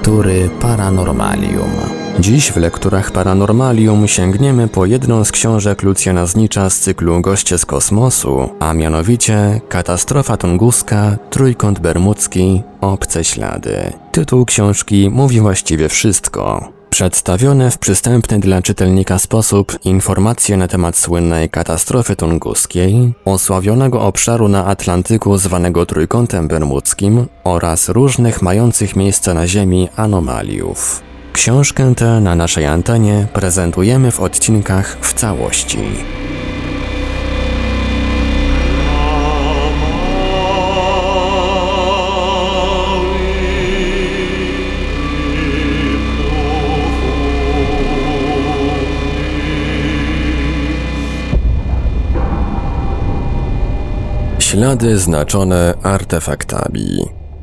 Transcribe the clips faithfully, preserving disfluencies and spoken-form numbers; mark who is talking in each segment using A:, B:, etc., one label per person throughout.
A: Lektury Paranormalium. Dziś w Lekturach Paranormalium sięgniemy po jedną z książek Lucjana Znicza z cyklu Goście z kosmosu, a mianowicie Katastrofa tunguska, Trójkąt Bermudzki, Obce ślady. Tytuł książki mówi właściwie wszystko. Przedstawione w przystępny dla czytelnika sposób informacje na temat słynnej katastrofy tunguskiej, osławionego obszaru na Atlantyku zwanego Trójkątem Bermudzkim oraz różnych mających miejsce na Ziemi anomaliów. Książkę tę na naszej antenie prezentujemy w odcinkach w całości. Ślady znaczone artefaktami.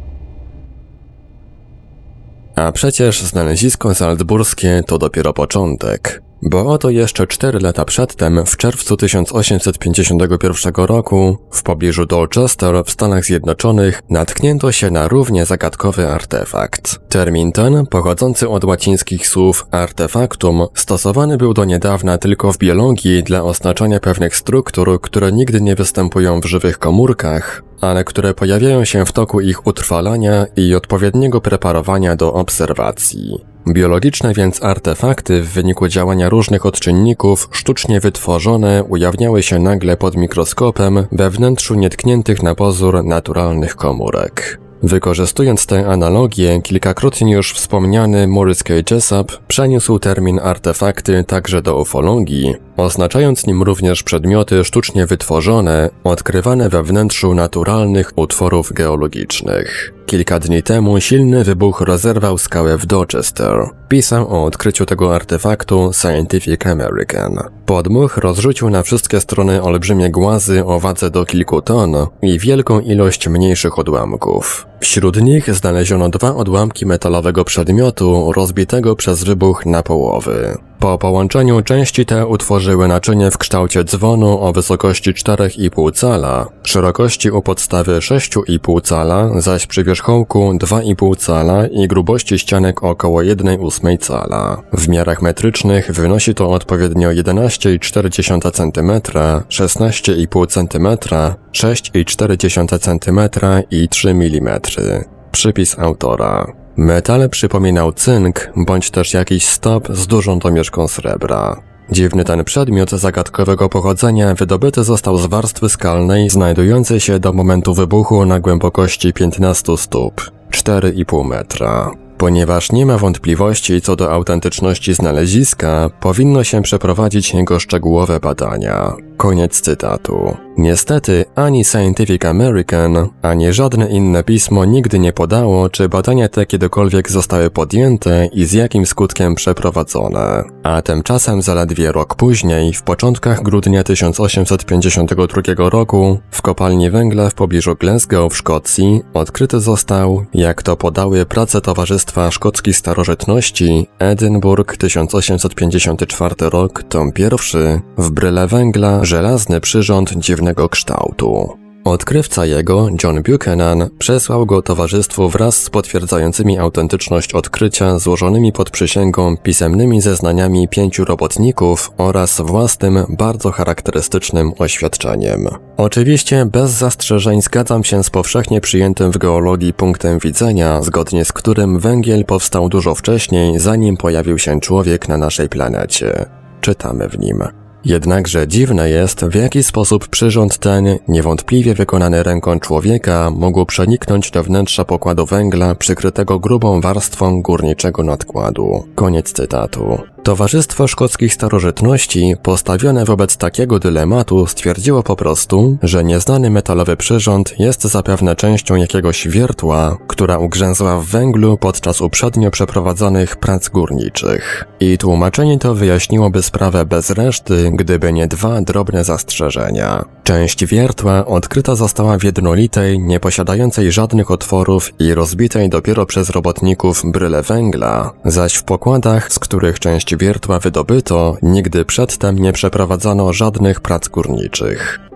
A: A przecież znalezisko salzburskie to dopiero początek, bo oto jeszcze cztery lata przedtem, w czerwcu tysiąc osiemset pięćdziesiątego pierwszego roku, w pobliżu Dorchester w Stanach Zjednoczonych natknięto się na równie zagadkowy artefakt. Termin ten, pochodzący od łacińskich słów artefactum, stosowany był do niedawna tylko w biologii dla oznaczania pewnych struktur, które nigdy nie występują w żywych komórkach, ale które pojawiają się w toku ich utrwalania i odpowiedniego preparowania do obserwacji. Biologiczne więc artefakty w wyniku działania różnych odczynników sztucznie wytworzone ujawniały się nagle pod mikroskopem we wnętrzu nietkniętych na pozór naturalnych komórek. Wykorzystując tę analogię, kilkakrotnie już wspomniany Maurice K. Jessup przeniósł termin artefakty także do ufologii, oznaczając nim również przedmioty sztucznie wytworzone, odkrywane we wnętrzu naturalnych utworów geologicznych. Kilka dni temu silny wybuch rozerwał skałę w Dorchester. Pisał o odkryciu tego artefaktu Scientific American. Podmuch rozrzucił na wszystkie strony olbrzymie głazy o wadze do kilku ton i wielką ilość mniejszych odłamków. Wśród nich znaleziono dwa odłamki metalowego przedmiotu rozbitego przez wybuch na połowy. Po połączeniu części te utworzyły naczynie w kształcie dzwonu o wysokości czterech i pół cala, szerokości u podstawy sześć i pół cala, zaś przy wierzchołku dwa i pół cala i grubości ścianek około jeden ósmy cala. W miarach metrycznych wynosi to odpowiednio jedenaście i cztery dziesiąte centymetra, szesnaście i pół centymetra, sześć i cztery dziesiąte centymetra i trzy milimetry. Przypis autora. Metal przypominał cynk, bądź też jakiś stop z dużą domieszką srebra. Dziwny ten przedmiot zagadkowego pochodzenia wydobyty został z warstwy skalnej znajdującej się do momentu wybuchu na głębokości piętnaście stóp, cztery i pół metra. Ponieważ nie ma wątpliwości co do autentyczności znaleziska, powinno się przeprowadzić jego szczegółowe badania. Koniec cytatu. Niestety, ani Scientific American, ani żadne inne pismo nigdy nie podało, czy badania te kiedykolwiek zostały podjęte i z jakim skutkiem przeprowadzone. A tymczasem zaledwie rok później, w początkach grudnia tysiąc osiemset pięćdziesiątego drugiego roku, w kopalni węgla w pobliżu Glasgow w Szkocji, odkryty został, jak to podały prace Towarzystwa Szkockich Starożytności, Edynburg tysiąc osiemset pięćdziesiąty czwarty rok, tom pierwszy, w bryle węgla żelazny przyrząd dziwnego kształtu. Odkrywca jego, John Buchanan, przesłał go towarzystwu wraz z potwierdzającymi autentyczność odkrycia złożonymi pod przysięgą pisemnymi zeznaniami pięciu robotników oraz własnym, bardzo charakterystycznym oświadczeniem. Oczywiście bez zastrzeżeń zgadzam się z powszechnie przyjętym w geologii punktem widzenia, zgodnie z którym węgiel powstał dużo wcześniej, zanim pojawił się człowiek na naszej planecie. Czytamy w nim. Jednakże dziwne jest, w jaki sposób przyrząd ten, niewątpliwie wykonany ręką człowieka, mógł przeniknąć do wnętrza pokładu węgla przykrytego grubą warstwą górniczego nadkładu. Koniec cytatu. Towarzystwo Szkockich Starożytności, postawione wobec takiego dylematu, stwierdziło po prostu, że nieznany metalowy przyrząd jest zapewne częścią jakiegoś wiertła, która ugrzęzła w węglu podczas uprzednio przeprowadzonych prac górniczych. I tłumaczenie to wyjaśniłoby sprawę bez reszty, gdyby nie dwa drobne zastrzeżenia. Część wiertła odkryta została w jednolitej, nie posiadającej żadnych otworów i rozbitej dopiero przez robotników bryle węgla, zaś w pokładach, z których część wiertła wydobyto, nigdy przedtem nie przeprowadzano żadnych prac górniczych.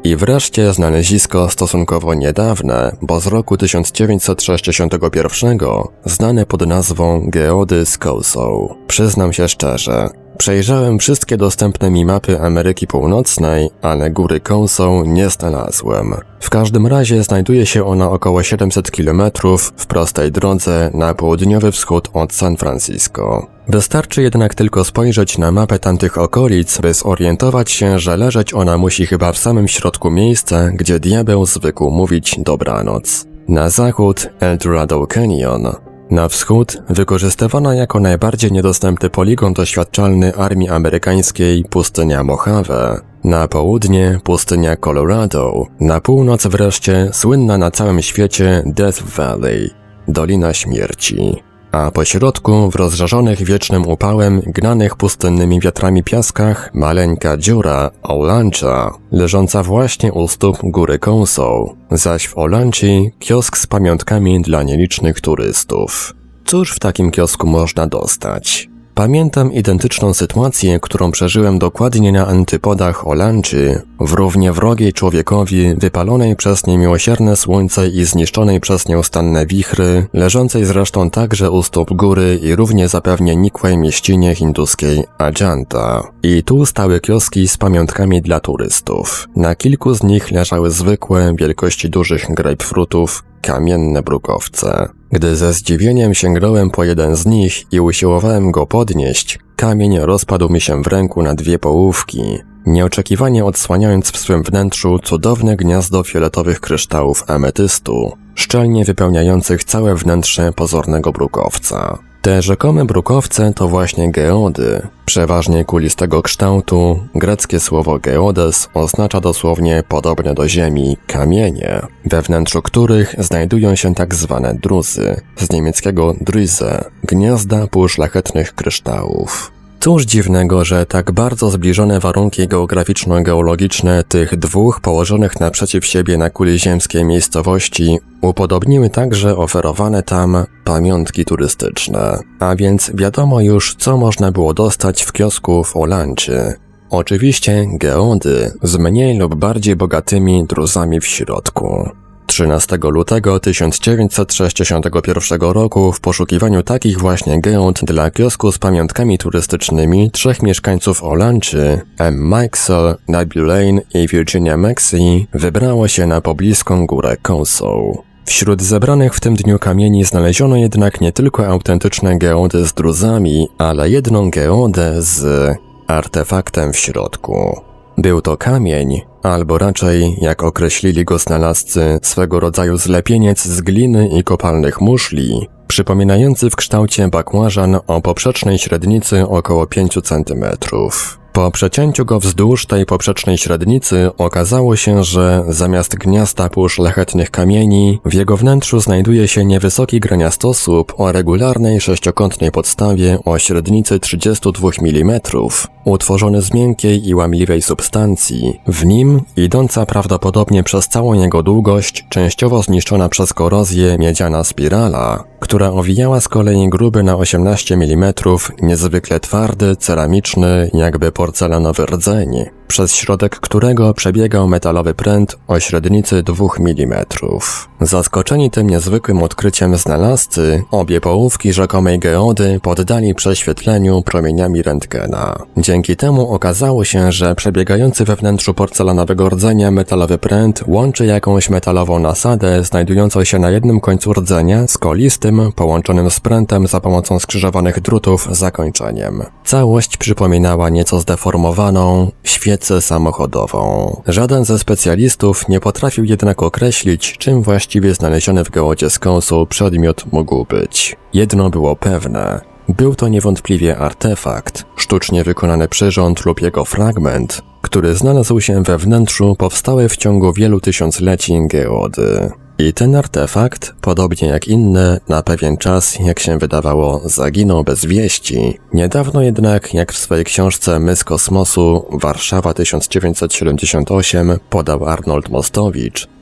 A: I wreszcie znalezisko stosunkowo niedawne, bo z roku tysiąc dziewięćset sześćdziesiątego pierwszego, znane pod nazwą Geody Scousou. Przyznam się szczerze, przejrzałem wszystkie dostępne mi mapy Ameryki Północnej, ale góry Cousou nie znalazłem. W każdym razie znajduje się ona około siedemset kilometrów w prostej drodze na południowy wschód od San Francisco. Wystarczy jednak tylko spojrzeć na mapę tamtych okolic, by zorientować się, że leżeć ona musi chyba w samym środku miejsca, gdzie diabeł zwykł mówić dobranoc. Na zachód El Dorado Canyon. Na wschód wykorzystywana jako najbardziej niedostępny poligon doświadczalny armii amerykańskiej pustynia Mojave. Na południe pustynia Colorado. Na północ wreszcie słynna na całym świecie Death Valley, Dolina Śmierci. A po środku, w rozżarzonych wiecznym upałem, gnanych pustynnymi wiatrami piaskach, maleńka dziura, Olancha, leżąca właśnie u stóp góry Cousou, zaś w Olanchi kiosk z pamiątkami dla nielicznych turystów. Cóż w takim kiosku można dostać? Pamiętam identyczną sytuację, którą przeżyłem dokładnie na antypodach Olanchy, w równie wrogiej człowiekowi, wypalonej przez niemiłosierne słońce i zniszczonej przez nieustanne wichry, leżącej zresztą także u stóp góry i równie zapewnie nikłej mieścinie hinduskiej Ajanta. I tu stały kioski z pamiątkami dla turystów. Na kilku z nich leżały zwykłe, wielkości dużych grapefruitów, kamienne brukowce. Gdy ze zdziwieniem sięgnąłem po jeden z nich i usiłowałem go podnieść, kamień rozpadł mi się w ręku na dwie połówki, nieoczekiwanie odsłaniając w swym wnętrzu cudowne gniazdo fioletowych kryształów ametystu, szczelnie wypełniających całe wnętrze pozornego brukowca. Te rzekome brukowce to właśnie geody, przeważnie kulistego kształtu. Greckie słowo geodes oznacza dosłownie podobne do ziemi kamienie, we wnętrzu których znajdują się tak zwane druzy, z niemieckiego Drüse, gniazda półszlachetnych kryształów. Cóż dziwnego, że tak bardzo zbliżone warunki geograficzno-geologiczne tych dwóch położonych naprzeciw siebie na kuli ziemskiej miejscowości upodobniły także oferowane tam pamiątki turystyczne. A więc wiadomo już, co można było dostać w kiosku w Olanchy. Oczywiście geody z mniej lub bardziej bogatymi druzami w środku. trzynastego lutego tysiąc dziewięćset sześćdziesiątego pierwszego roku w poszukiwaniu takich właśnie geod dla kiosku z pamiątkami turystycznymi trzech mieszkańców Olanchy, M. Mikesell, Nabil Lane i Virginia Maxey, wybrało się na pobliską górę Cousou. Wśród zebranych w tym dniu kamieni znaleziono jednak nie tylko autentyczne geody z druzami, ale jedną geodę z artefaktem w środku. Był to kamień, albo raczej, jak określili go znalazcy, swego rodzaju zlepieniec z gliny i kopalnych muszli, przypominający w kształcie bakłażan o poprzecznej średnicy około pięciu centymetrów. Po przecięciu go wzdłuż tej poprzecznej średnicy okazało się, że zamiast gniazda półszlachetnych kamieni, w jego wnętrzu znajduje się niewysoki graniastosłup o regularnej sześciokątnej podstawie o średnicy trzydziestu dwóch milimetrów, utworzony z miękkiej i łamliwej substancji. W nim, idąca prawdopodobnie przez całą jego długość, częściowo zniszczona przez korozję miedziana spirala, która owijała z kolei gruby na osiemnaście milimetrów, niezwykle twardy, ceramiczny, jakby porcelanowy rdzeń, przez środek którego przebiegał metalowy pręt o średnicy dwóch milimetrów. Zaskoczeni tym niezwykłym odkryciem znalazcy, obie połówki rzekomej geody poddali prześwietleniu promieniami rentgena. Dzięki temu okazało się, że przebiegający we wnętrzu porcelanowego rdzenia metalowy pręt łączy jakąś metalową nasadę znajdującą się na jednym końcu rdzenia z kolistym, połączonym z prętem za pomocą skrzyżowanych drutów zakończeniem. Całość przypominała nieco zdeformowaną świecę samochodową. Żaden ze specjalistów nie potrafił jednak określić, czym właściwie znaleziony w geodzie z Cousou przedmiot mógł być. Jedno było pewne. Był to niewątpliwie artefakt, sztucznie wykonany przyrząd lub jego fragment, który znalazł się we wnętrzu powstałej w ciągu wielu tysiącleci geody. I ten artefakt, podobnie jak inne, na pewien czas, jak się wydawało, zaginął bez wieści. Niedawno jednak, jak w swojej książce My z kosmosu, Warszawa tysiąc dziewięćset siedemdziesiąt osiem, podał Arnold Mostowicz,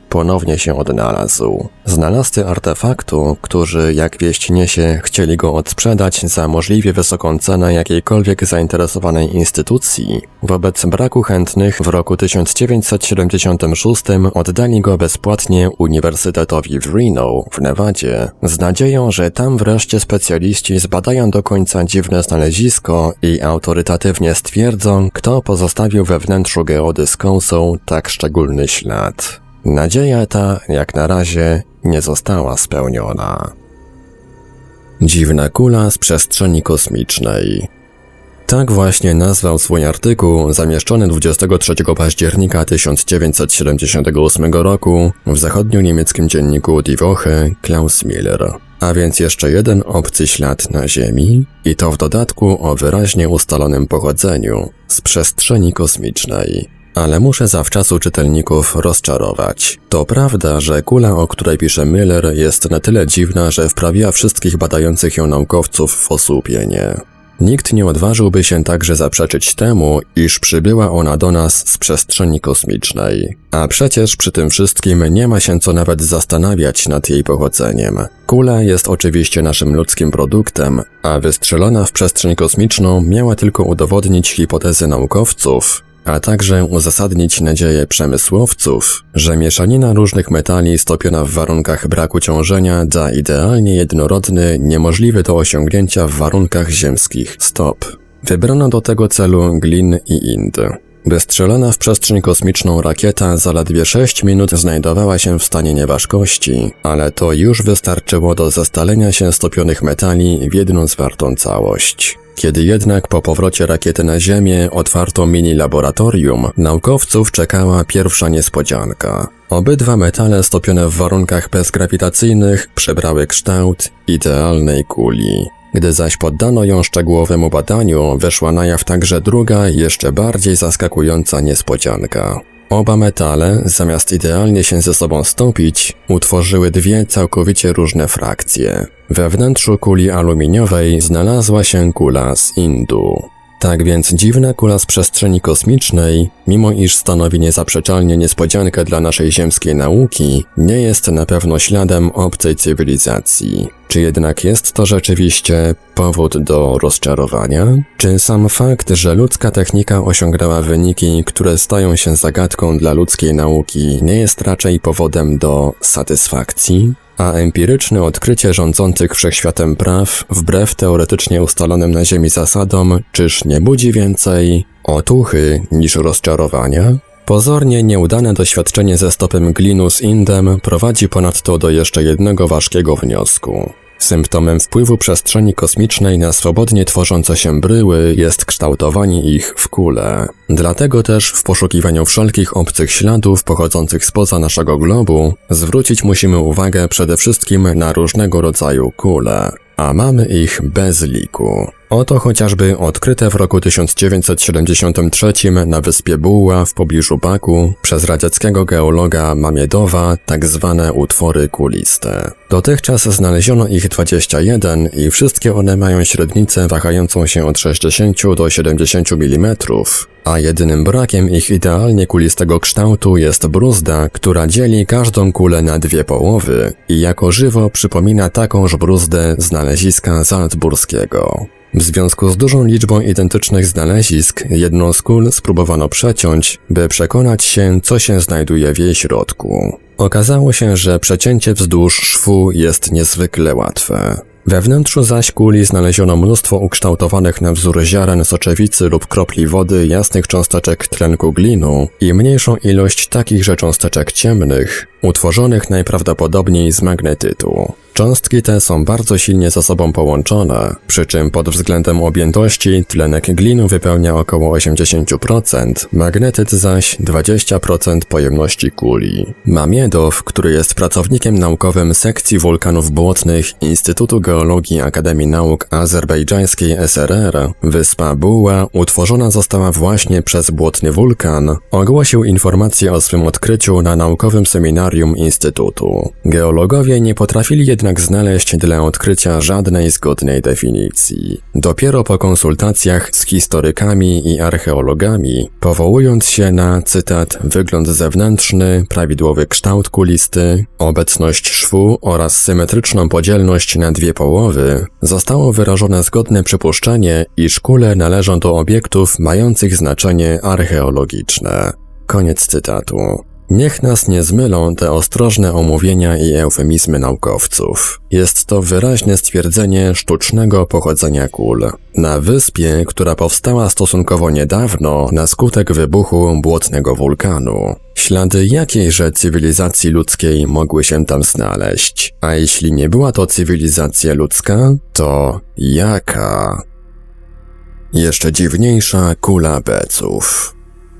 A: ponownie się odnalazł. Znalazcy artefaktu, którzy jak wieść niesie chcieli go odsprzedać za możliwie wysoką cenę jakiejkolwiek zainteresowanej instytucji, wobec braku chętnych w roku tysiąc dziewięćset siedemdziesiątym szóstym oddali go bezpłatnie Uniwersytetowi w Reno w Nevadzie, z nadzieją, że tam wreszcie specjaliści zbadają do końca dziwne znalezisko i autorytatywnie stwierdzą, kto pozostawił we wnętrzu geodyskonsu tak szczególny ślad. Nadzieja ta, jak na razie, nie została spełniona. Dziwna kula z przestrzeni kosmicznej. Tak właśnie nazwał swój artykuł zamieszczony dwudziestego trzeciego października tysiąc dziewięćset siedemdziesiątego ósmego roku w zachodnio-niemieckim dzienniku Die Woche Klaus Miller. A więc jeszcze jeden obcy ślad na Ziemi i to w dodatku o wyraźnie ustalonym pochodzeniu z przestrzeni kosmicznej. Ale muszę zawczasu czytelników rozczarować. To prawda, że kula, o której pisze Miller, jest na tyle dziwna, że wprawiła wszystkich badających ją naukowców w osłupienie. Nikt nie odważyłby się także zaprzeczyć temu, iż przybyła ona do nas z przestrzeni kosmicznej. A przecież przy tym wszystkim nie ma się co nawet zastanawiać nad jej pochodzeniem. Kula jest oczywiście naszym ludzkim produktem, a wystrzelona w przestrzeń kosmiczną miała tylko udowodnić hipotezy naukowców, a także uzasadnić nadzieję przemysłowców, że mieszanina różnych metali stopiona w warunkach braku ciążenia da idealnie jednorodny, niemożliwy do osiągnięcia w warunkach ziemskich stop. Wybrano do tego celu glin i ind. Wystrzelona w przestrzeń kosmiczną rakieta zaledwie sześć minut znajdowała się w stanie nieważkości, ale to już wystarczyło do zestalenia się stopionych metali w jedną zwartą całość. Kiedy jednak po powrocie rakiety na Ziemię otwarto mini-laboratorium, naukowców czekała pierwsza niespodzianka. Obydwa metale stopione w warunkach bezgrawitacyjnych przybrały kształt idealnej kuli. Gdy zaś poddano ją szczegółowemu badaniu, wyszła na jaw także druga, jeszcze bardziej zaskakująca niespodzianka. Oba metale, zamiast idealnie się ze sobą stopić, utworzyły dwie całkowicie różne frakcje. We wnętrzu kuli aluminiowej znalazła się kula z indu. Tak więc dziwna kula z przestrzeni kosmicznej, mimo iż stanowi niezaprzeczalnie niespodziankę dla naszej ziemskiej nauki, nie jest na pewno śladem obcej cywilizacji. Czy jednak jest to rzeczywiście powód do rozczarowania? Czy sam fakt, że ludzka technika osiągnęła wyniki, które stają się zagadką dla ludzkiej nauki, nie jest raczej powodem do satysfakcji? A empiryczne odkrycie rządzących wszechświatem praw, wbrew teoretycznie ustalonym na Ziemi zasadom, czyż nie budzi więcej otuchy niż rozczarowania? Pozornie nieudane doświadczenie ze stopem glinu z indem prowadzi ponadto do jeszcze jednego ważkiego wniosku. Symptomem wpływu przestrzeni kosmicznej na swobodnie tworzące się bryły jest kształtowanie ich w kule. Dlatego też w poszukiwaniu wszelkich obcych śladów pochodzących spoza naszego globu zwrócić musimy uwagę przede wszystkim na różnego rodzaju kule, a mamy ich bez liku. Oto chociażby odkryte w roku tysiąc dziewięćset siedemdziesiątym trzecim na wyspie Buła w pobliżu Baku przez radzieckiego geologa Mamiedowa tak zwane utwory kuliste. Dotychczas znaleziono ich dwadzieścia jeden i wszystkie one mają średnicę wahającą się od sześćdziesięciu do siedemdziesięciu milimetrów, a jedynym brakiem ich idealnie kulistego kształtu jest bruzda, która dzieli każdą kulę na dwie połowy i jako żywo przypomina takąż bruzdę znaleziska Salzburskiego. W związku z dużą liczbą identycznych znalezisk, jedną z kul spróbowano przeciąć, by przekonać się, co się znajduje w jej środku. Okazało się, że przecięcie wzdłuż szwu jest niezwykle łatwe. We wnętrzu zaś kuli znaleziono mnóstwo ukształtowanych na wzór ziaren soczewicy lub kropli wody jasnych cząsteczek tlenku glinu i mniejszą ilość takichże cząsteczek ciemnych, utworzonych najprawdopodobniej z magnetytu. Cząstki te są bardzo silnie ze sobą połączone, przy czym pod względem objętości tlenek glinu wypełnia około osiemdziesiąt procent, magnetyt zaś dwadzieścia procent pojemności kuli. Mamiedow, który jest pracownikiem naukowym sekcji wulkanów błotnych Instytutu Geologii Akademii Nauk Azerbejdżańskiej S R R, wyspa Buła utworzona została właśnie przez błotny wulkan, ogłosił informację o swym odkryciu na naukowym seminarium Instytutu. Geologowie nie potrafili jednak jednak znaleźć dla odkrycia żadnej zgodnej definicji. Dopiero po konsultacjach z historykami i archeologami, powołując się na, cytat, wygląd zewnętrzny, prawidłowy kształt kulisty, obecność szwu oraz symetryczną podzielność na dwie połowy, zostało wyrażone zgodne przypuszczenie, iż kule należą do obiektów mających znaczenie archeologiczne. Koniec cytatu. Niech nas nie zmylą te ostrożne omówienia i eufemizmy naukowców. Jest to wyraźne stwierdzenie sztucznego pochodzenia kul. Na wyspie, która powstała stosunkowo niedawno na skutek wybuchu błotnego wulkanu. Ślady jakiejże cywilizacji ludzkiej mogły się tam znaleźć? A jeśli nie była to cywilizacja ludzka, to jaka? Jeszcze dziwniejsza kula Beców.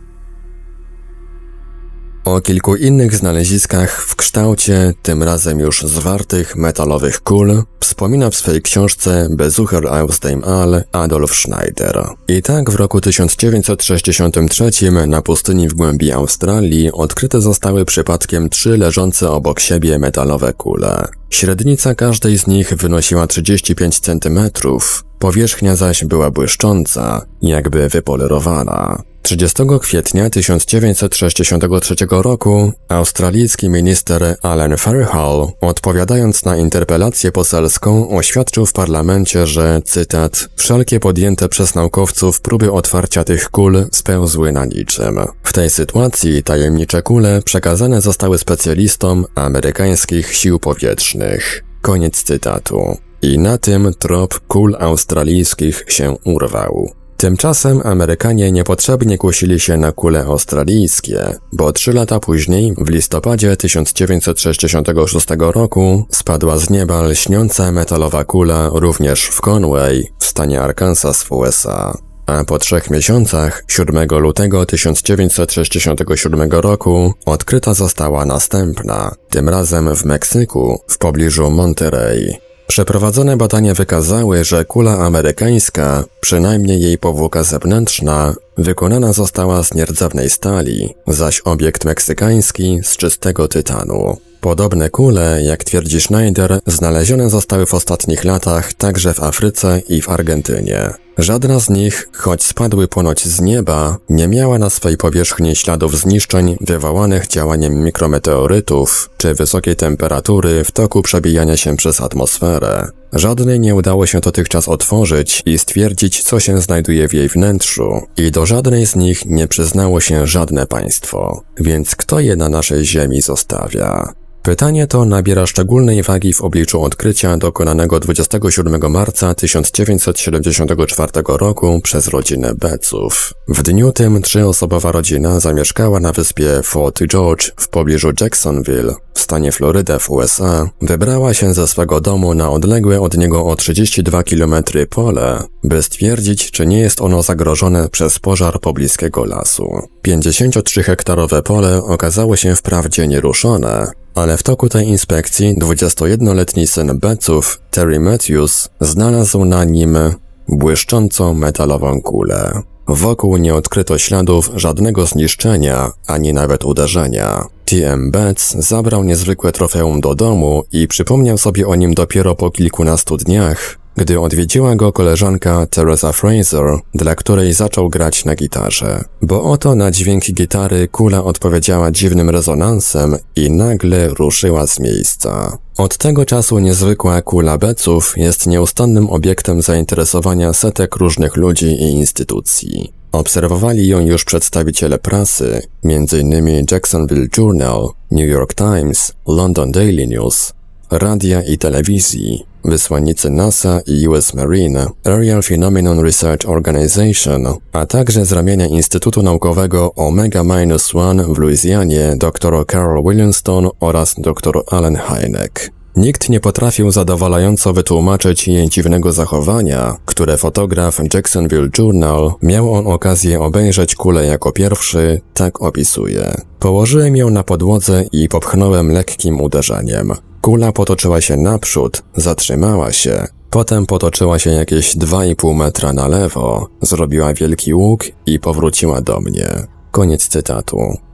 A: O kilku innych znaleziskach w kształcie, tym razem już zwartych, metalowych kul, wspomina w swej książce Besucher aus dem All Adolf Schneider. I tak w roku tysiąc dziewięćset sześćdziesiątym trzecim na pustyni w głębi Australii odkryte zostały przypadkiem trzy leżące obok siebie metalowe kule. Średnica każdej z nich wynosiła trzydzieści pięć centymetrów, powierzchnia zaś była błyszcząca, jakby wypolerowana. trzydziestego kwietnia tysiąc dziewięćset sześćdziesiątego trzeciego roku australijski minister Alan Fairhall, odpowiadając na interpelację poselską, oświadczył w parlamencie, że, cytat, wszelkie podjęte przez naukowców próby otwarcia tych kul spełzły na niczym. W tej sytuacji tajemnicze kule przekazane zostały specjalistom amerykańskich sił powietrznych. Koniec cytatu. I na tym trop kul australijskich się urwał. Tymczasem Amerykanie niepotrzebnie kusili się na kule australijskie, bo trzy lata później, w listopadzie tysiąc dziewięćset sześćdziesiątego szóstego roku, spadła z nieba lśniąca metalowa kula również w Conway, w stanie Arkansas w U S A. A po trzech miesiącach, siódmego lutego tysiąc dziewięćset sześćdziesiątego siódmego roku, odkryta została następna, tym razem w Meksyku, w pobliżu Monterey. Przeprowadzone badania wykazały, że kula amerykańska, przynajmniej jej powłoka zewnętrzna, wykonana została z nierdzewnej stali, zaś obiekt meksykański z czystego tytanu. Podobne kule, jak twierdzi Schneider, znalezione zostały w ostatnich latach także w Afryce i w Argentynie. Żadna z nich, choć spadły ponoć z nieba, nie miała na swej powierzchni śladów zniszczeń wywołanych działaniem mikrometeorytów czy wysokiej temperatury w toku przebijania się przez atmosferę. Żadnej nie udało się dotychczas otworzyć i stwierdzić, co się znajduje w jej wnętrzu, i do żadnej z nich nie przyznało się żadne państwo. Więc kto je na naszej ziemi zostawia? Pytanie to nabiera szczególnej wagi w obliczu odkrycia dokonanego dwudziestego siódmego marca tysiąc dziewięćset siedemdziesiątego czwartego roku przez rodzinę Beców. W dniu tym trzyosobowa rodzina zamieszkała na wyspie Fort George w pobliżu Jacksonville, w stanie Floryda w U S A, wybrała się ze swego domu na odległe od niego o trzydzieści dwa kilometry pole, by stwierdzić, czy nie jest ono zagrożone przez pożar pobliskiego lasu. pięćdziesięciotrzyhektarowe pole okazało się wprawdzie nieruszone, ale w toku tej inspekcji dwudziestojednoletni syn Beców, Terry Matthews, znalazł na nim błyszczącą metalową kulę. Wokół nie odkryto śladów żadnego zniszczenia, ani nawet uderzenia. T M Betts zabrał niezwykłe trofeum do domu i przypomniał sobie o nim dopiero po kilkunastu dniach, gdy odwiedziła go koleżanka Teresa Fraser, dla której zaczął grać na gitarze. Bo oto na dźwięki gitary kula odpowiedziała dziwnym rezonansem i nagle ruszyła z miejsca. Od tego czasu niezwykła kula Beców jest nieustannym obiektem zainteresowania setek różnych ludzi i instytucji. Obserwowali ją już przedstawiciele prasy, między innymi Jacksonville Journal, New York Times, London Daily News, radia i telewizji, wysłannicy NASA i U S Marine, Aerial Phenomenon Research Organization, a także z ramienia Instytutu Naukowego Omega One w Luizjanie dr Carol Williamstone oraz dr Allen Hynek. Nikt nie potrafił zadowalająco wytłumaczyć jej dziwnego zachowania, które fotograf Jacksonville Journal miał on okazję obejrzeć kulę jako pierwszy, tak opisuje. Położyłem ją na podłodze i popchnąłem lekkim uderzeniem. Kula potoczyła się naprzód, zatrzymała się, potem potoczyła się jakieś dwa i pół metra na lewo, zrobiła wielki łuk i powróciła do mnie. Koniec cytatu.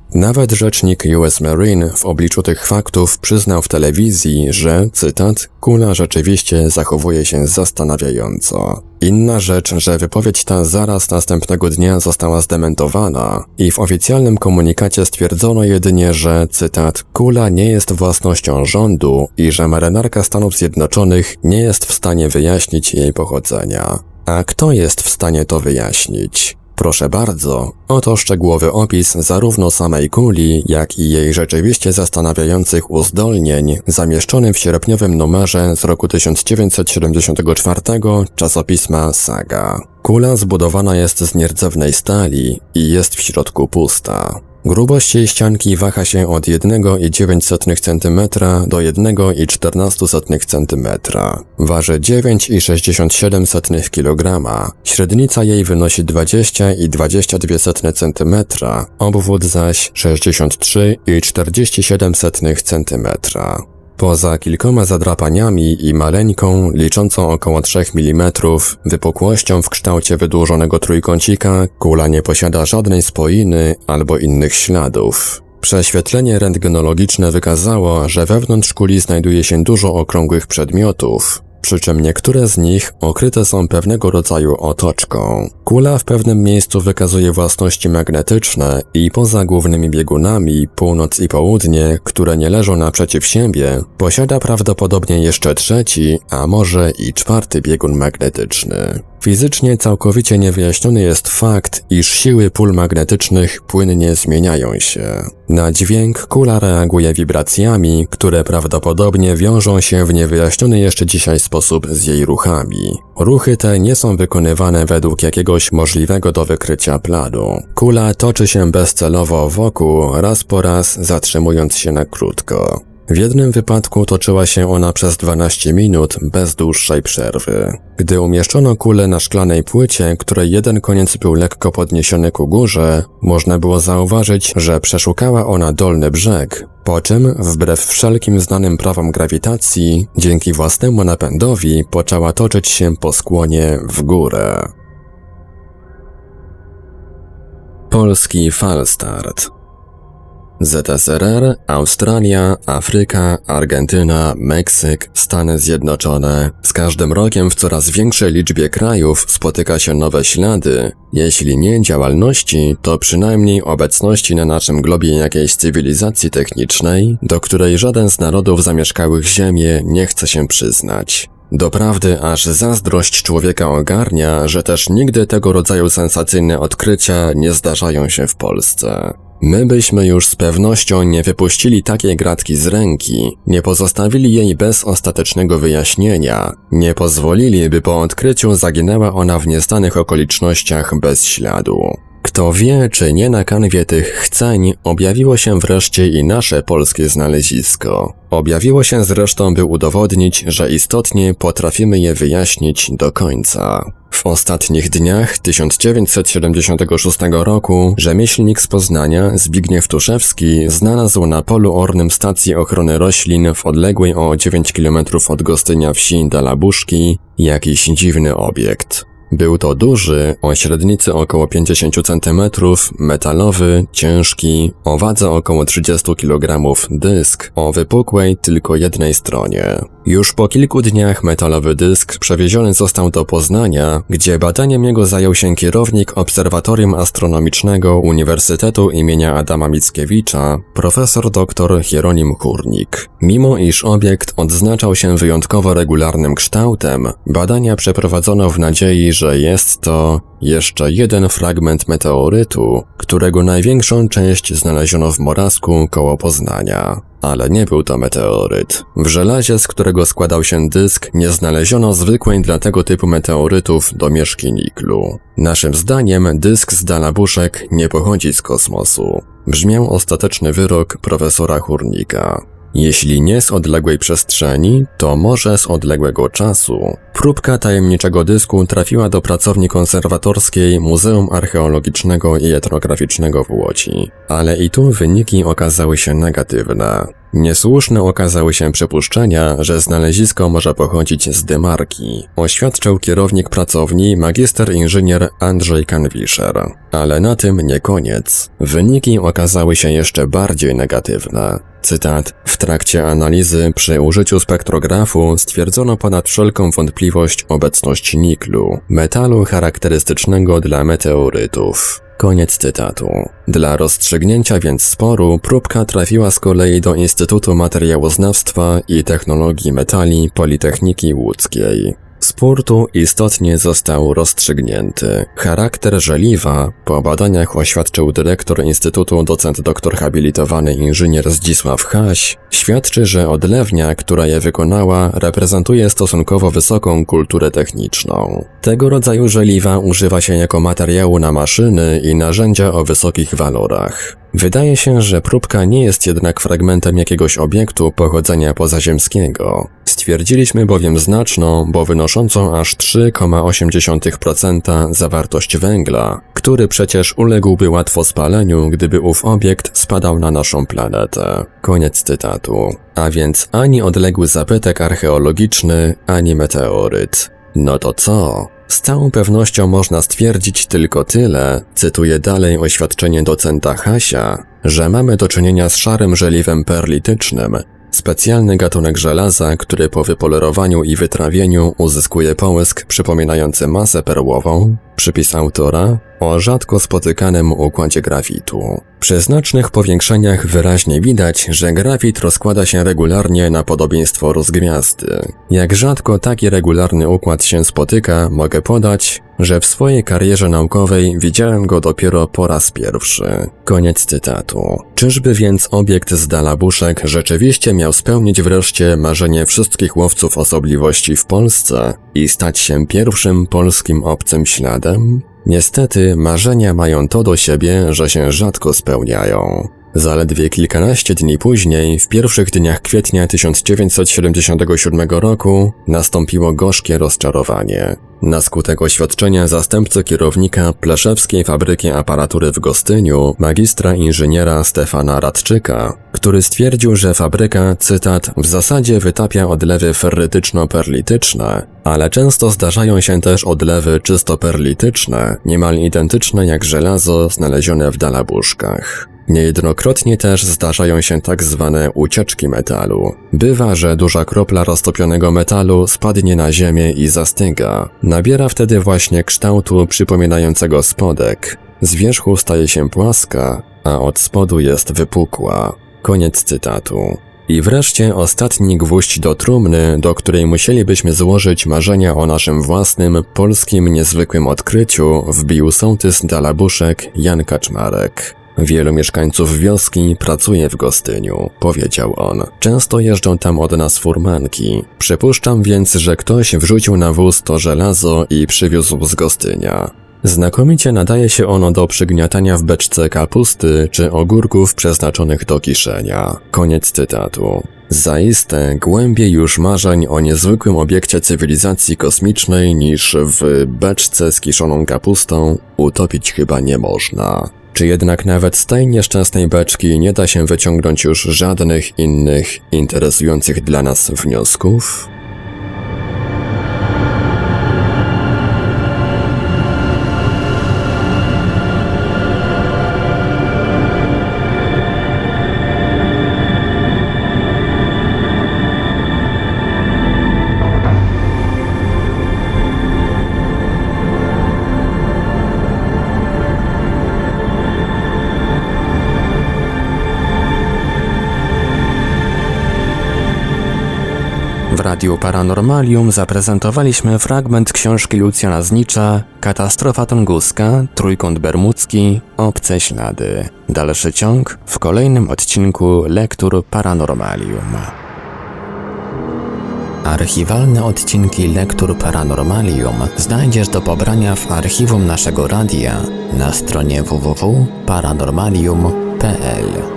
A: Nawet rzecznik U S Marine w obliczu tych faktów przyznał w telewizji, że, cytat, kula rzeczywiście zachowuje się zastanawiająco. Inna rzecz, że wypowiedź ta zaraz następnego dnia została zdementowana i w oficjalnym komunikacie stwierdzono jedynie, że, cytat, kula nie jest własnością rządu i że marynarka Stanów Zjednoczonych nie jest w stanie wyjaśnić jej pochodzenia. A kto jest w stanie to wyjaśnić? Proszę bardzo, oto szczegółowy opis zarówno samej kuli, jak i jej rzeczywiście zastanawiających uzdolnień, zamieszczony w sierpniowym numerze z roku tysiąc dziewięćset siedemdziesiątego czwartego czasopisma Saga. Kula zbudowana jest z nierdzewnej stali i jest w środku pusta. Grubość jej ścianki waha się od jeden i dziewięć centymetra do jeden i czternaście centymetra. Waży dziewięć i sześćdziesiąt siedem kilograma. Średnica jej wynosi dwadzieścia i dwadzieścia dwa centymetra, obwód zaś sześćdziesiąt trzy i czterdzieści siedem centymetra. Poza kilkoma zadrapaniami i maleńką, liczącą około trzech milimetrów, wypukłością w kształcie wydłużonego trójkącika, kula nie posiada żadnej spoiny albo innych śladów. Prześwietlenie rentgenologiczne wykazało, że wewnątrz kuli znajduje się dużo okrągłych przedmiotów, przy czym niektóre z nich okryte są pewnego rodzaju otoczką. Kula w pewnym miejscu wykazuje własności magnetyczne i poza głównymi biegunami, północ i południe, które nie leżą naprzeciw siebie, posiada prawdopodobnie jeszcze trzeci, a może i czwarty biegun magnetyczny. Fizycznie całkowicie niewyjaśniony jest fakt, iż siły pól magnetycznych płynnie zmieniają się. Na dźwięk kula reaguje wibracjami, które prawdopodobnie wiążą się w niewyjaśniony jeszcze dzisiaj sposób z jej ruchami. Ruchy te nie są wykonywane według jakiegoś możliwego do wykrycia planu. Kula toczy się bezcelowo wokół, raz po raz zatrzymując się na krótko. W jednym wypadku toczyła się ona przez dwanaście minut bez dłuższej przerwy. Gdy umieszczono kulę na szklanej płycie, której jeden koniec był lekko podniesiony ku górze, można było zauważyć, że przeszukała ona dolny brzeg, po czym, wbrew wszelkim znanym prawom grawitacji, dzięki własnemu napędowi poczęła toczyć się po skłonie w górę. Polski falstart. Z S R R, Australia, Afryka, Argentyna, Meksyk, Stany Zjednoczone. Z każdym rokiem w coraz większej liczbie krajów spotyka się nowe ślady, jeśli nie działalności, to przynajmniej obecności na naszym globie jakiejś cywilizacji technicznej, do której żaden z narodów zamieszkałych Ziemię nie chce się przyznać. Doprawdy aż zazdrość człowieka ogarnia, że też nigdy tego rodzaju sensacyjne odkrycia nie zdarzają się w Polsce. My byśmy już z pewnością nie wypuścili takiej gratki z ręki, nie pozostawili jej bez ostatecznego wyjaśnienia, nie pozwolili, by po odkryciu zaginęła ona w nieznanych okolicznościach bez śladu. Kto wie, czy nie na kanwie tych chceń objawiło się wreszcie i nasze polskie znalezisko. Objawiło się zresztą, by udowodnić, że istotnie potrafimy je wyjaśnić do końca. W ostatnich dniach tysiąc dziewięćset siedemdziesiątego szóstego roku rzemieślnik z Poznania, Zbigniew Tuszewski, znalazł na polu ornym stacji ochrony roślin w odległej o dziewięć kilometrów od Gostynia wsi Dalabuszki jakiś dziwny obiekt. Był to duży, o średnicy około pięćdziesiąt centymetrów, metalowy, ciężki, o wadze około trzydzieści kilogramów dysk o wypukłej tylko jednej stronie. Już po kilku dniach metalowy dysk przewieziony został do Poznania, gdzie badaniem jego zajął się kierownik Obserwatorium Astronomicznego Uniwersytetu imienia Adama Mickiewicza, profesor dr Hieronim Hurnik. Mimo iż obiekt odznaczał się wyjątkowo regularnym kształtem, badania przeprowadzono w nadziei, że jest to jeszcze jeden fragment meteorytu, którego największą część znaleziono w Morawsku koło Poznania. Ale nie był to meteoryt. W żelazie, z którego składał się dysk, nie znaleziono zwykłej dla tego typu meteorytów domieszki niklu. Naszym zdaniem dysk z Dalabuszek nie pochodzi z kosmosu. Brzmiał ostateczny wyrok profesora Hurnika. Jeśli nie z odległej przestrzeni, to może z odległego czasu. Próbka tajemniczego dysku trafiła do pracowni konserwatorskiej Muzeum Archeologicznego i Etnograficznego w Łodzi, ale i tu wyniki okazały się negatywne. Niesłuszne okazały się przypuszczenia, że znalezisko może pochodzić z Dymarki, oświadczył kierownik pracowni magister inżynier Andrzej Kanwiszer. Ale na tym nie koniec. Wyniki okazały się jeszcze bardziej negatywne. Cytat: w trakcie analizy przy użyciu spektrografu stwierdzono ponad wszelką wątpliwość obecność niklu, metalu charakterystycznego dla meteorytów. Koniec cytatu. Dla rozstrzygnięcia więc sporu próbka trafiła z kolei do Instytutu Materiałoznawstwa i Technologii Metali Politechniki Łódzkiej. Spór tu istotnie został rozstrzygnięty. Charakter żeliwa, po badaniach oświadczył dyrektor Instytutu docent doktor habilitowany inżynier Zdzisław Haś, świadczy, że odlewnia, która je wykonała, reprezentuje stosunkowo wysoką kulturę techniczną. Tego rodzaju żeliwa używa się jako materiału na maszyny i narzędzia o wysokich walorach. Wydaje się, że próbka nie jest jednak fragmentem jakiegoś obiektu pochodzenia pozaziemskiego. Stwierdziliśmy bowiem znaczną, bo wynoszącą aż trzy przecinek osiem procent zawartość węgla, który przecież uległby łatwo spaleniu, gdyby ów obiekt spadał na naszą planetę. Koniec cytatu. A więc ani odległy zabytek archeologiczny, ani meteoryt. No to co? Z całą pewnością można stwierdzić tylko tyle, cytuję dalej oświadczenie docenta Hasia, że mamy do czynienia z szarym żeliwem perlitycznym, specjalny gatunek żelaza, który po wypolerowaniu i wytrawieniu uzyskuje połysk przypominający masę perłową, przypis autora, o rzadko spotykanym układzie grafitu. Przy znacznych powiększeniach wyraźnie widać, że grafit rozkłada się regularnie na podobieństwo rozgwiazdy. Jak rzadko taki regularny układ się spotyka, mogę podać, że w swojej karierze naukowej widziałem go dopiero po raz pierwszy. Koniec cytatu. Czyżby więc obiekt z Dalabuszek rzeczywiście miał spełnić wreszcie marzenie wszystkich łowców osobliwości w Polsce i stać się pierwszym polskim obcym śladem? Niestety marzenia mają to do siebie, że się rzadko spełniają. Zaledwie kilkanaście dni później, w pierwszych dniach kwietnia tysiąc dziewięćset siedemdziesiątego siódmego roku, nastąpiło gorzkie rozczarowanie. Na skutek oświadczenia zastępcy kierownika Pleszewskiej Fabryki Aparatury w Gostyniu, magistra inżyniera Stefana Radczyka, który stwierdził, że fabryka, cytat, w zasadzie wytapia odlewy ferrytyczno-perlityczne, ale często zdarzają się też odlewy czysto perlityczne, niemal identyczne jak żelazo znalezione w Dalabuszkach. Niejednokrotnie też zdarzają się tak zwane ucieczki metalu. Bywa, że duża kropla roztopionego metalu spadnie na ziemię i zastyga. Nabiera wtedy właśnie kształtu przypominającego spodek. Z wierzchu staje się płaska, a od spodu jest wypukła. Koniec cytatu. I wreszcie ostatni gwóźdź do trumny, do której musielibyśmy złożyć marzenia o naszym własnym, polskim niezwykłym odkryciu, wbił sołtys Dalabuszek Jan Kaczmarek. Wielu mieszkańców wioski pracuje w Gostyniu, powiedział on. Często jeżdżą tam od nas furmanki. Przypuszczam więc, że ktoś wrzucił na wóz to żelazo i przywiózł z Gostynia. Znakomicie nadaje się ono do przygniatania w beczce kapusty czy ogórków przeznaczonych do kiszenia. Koniec cytatu. Zaiste głębiej już marzeń o niezwykłym obiekcie cywilizacji kosmicznej niż w beczce z kiszoną kapustą utopić chyba nie można. Czy jednak nawet z tej nieszczęsnej beczki nie da się wyciągnąć już żadnych innych interesujących dla nas wniosków? W Radiu Paranormalium zaprezentowaliśmy fragment książki Lucjana Znicza Katastrofa tunguska, Trójkąt Bermudzki, Obce ślady. Dalszy ciąg w kolejnym odcinku Lektur Paranormalium. Archiwalne odcinki Lektur Paranormalium znajdziesz do pobrania w archiwum naszego radia na stronie w w w kropka paranormalium kropka p l.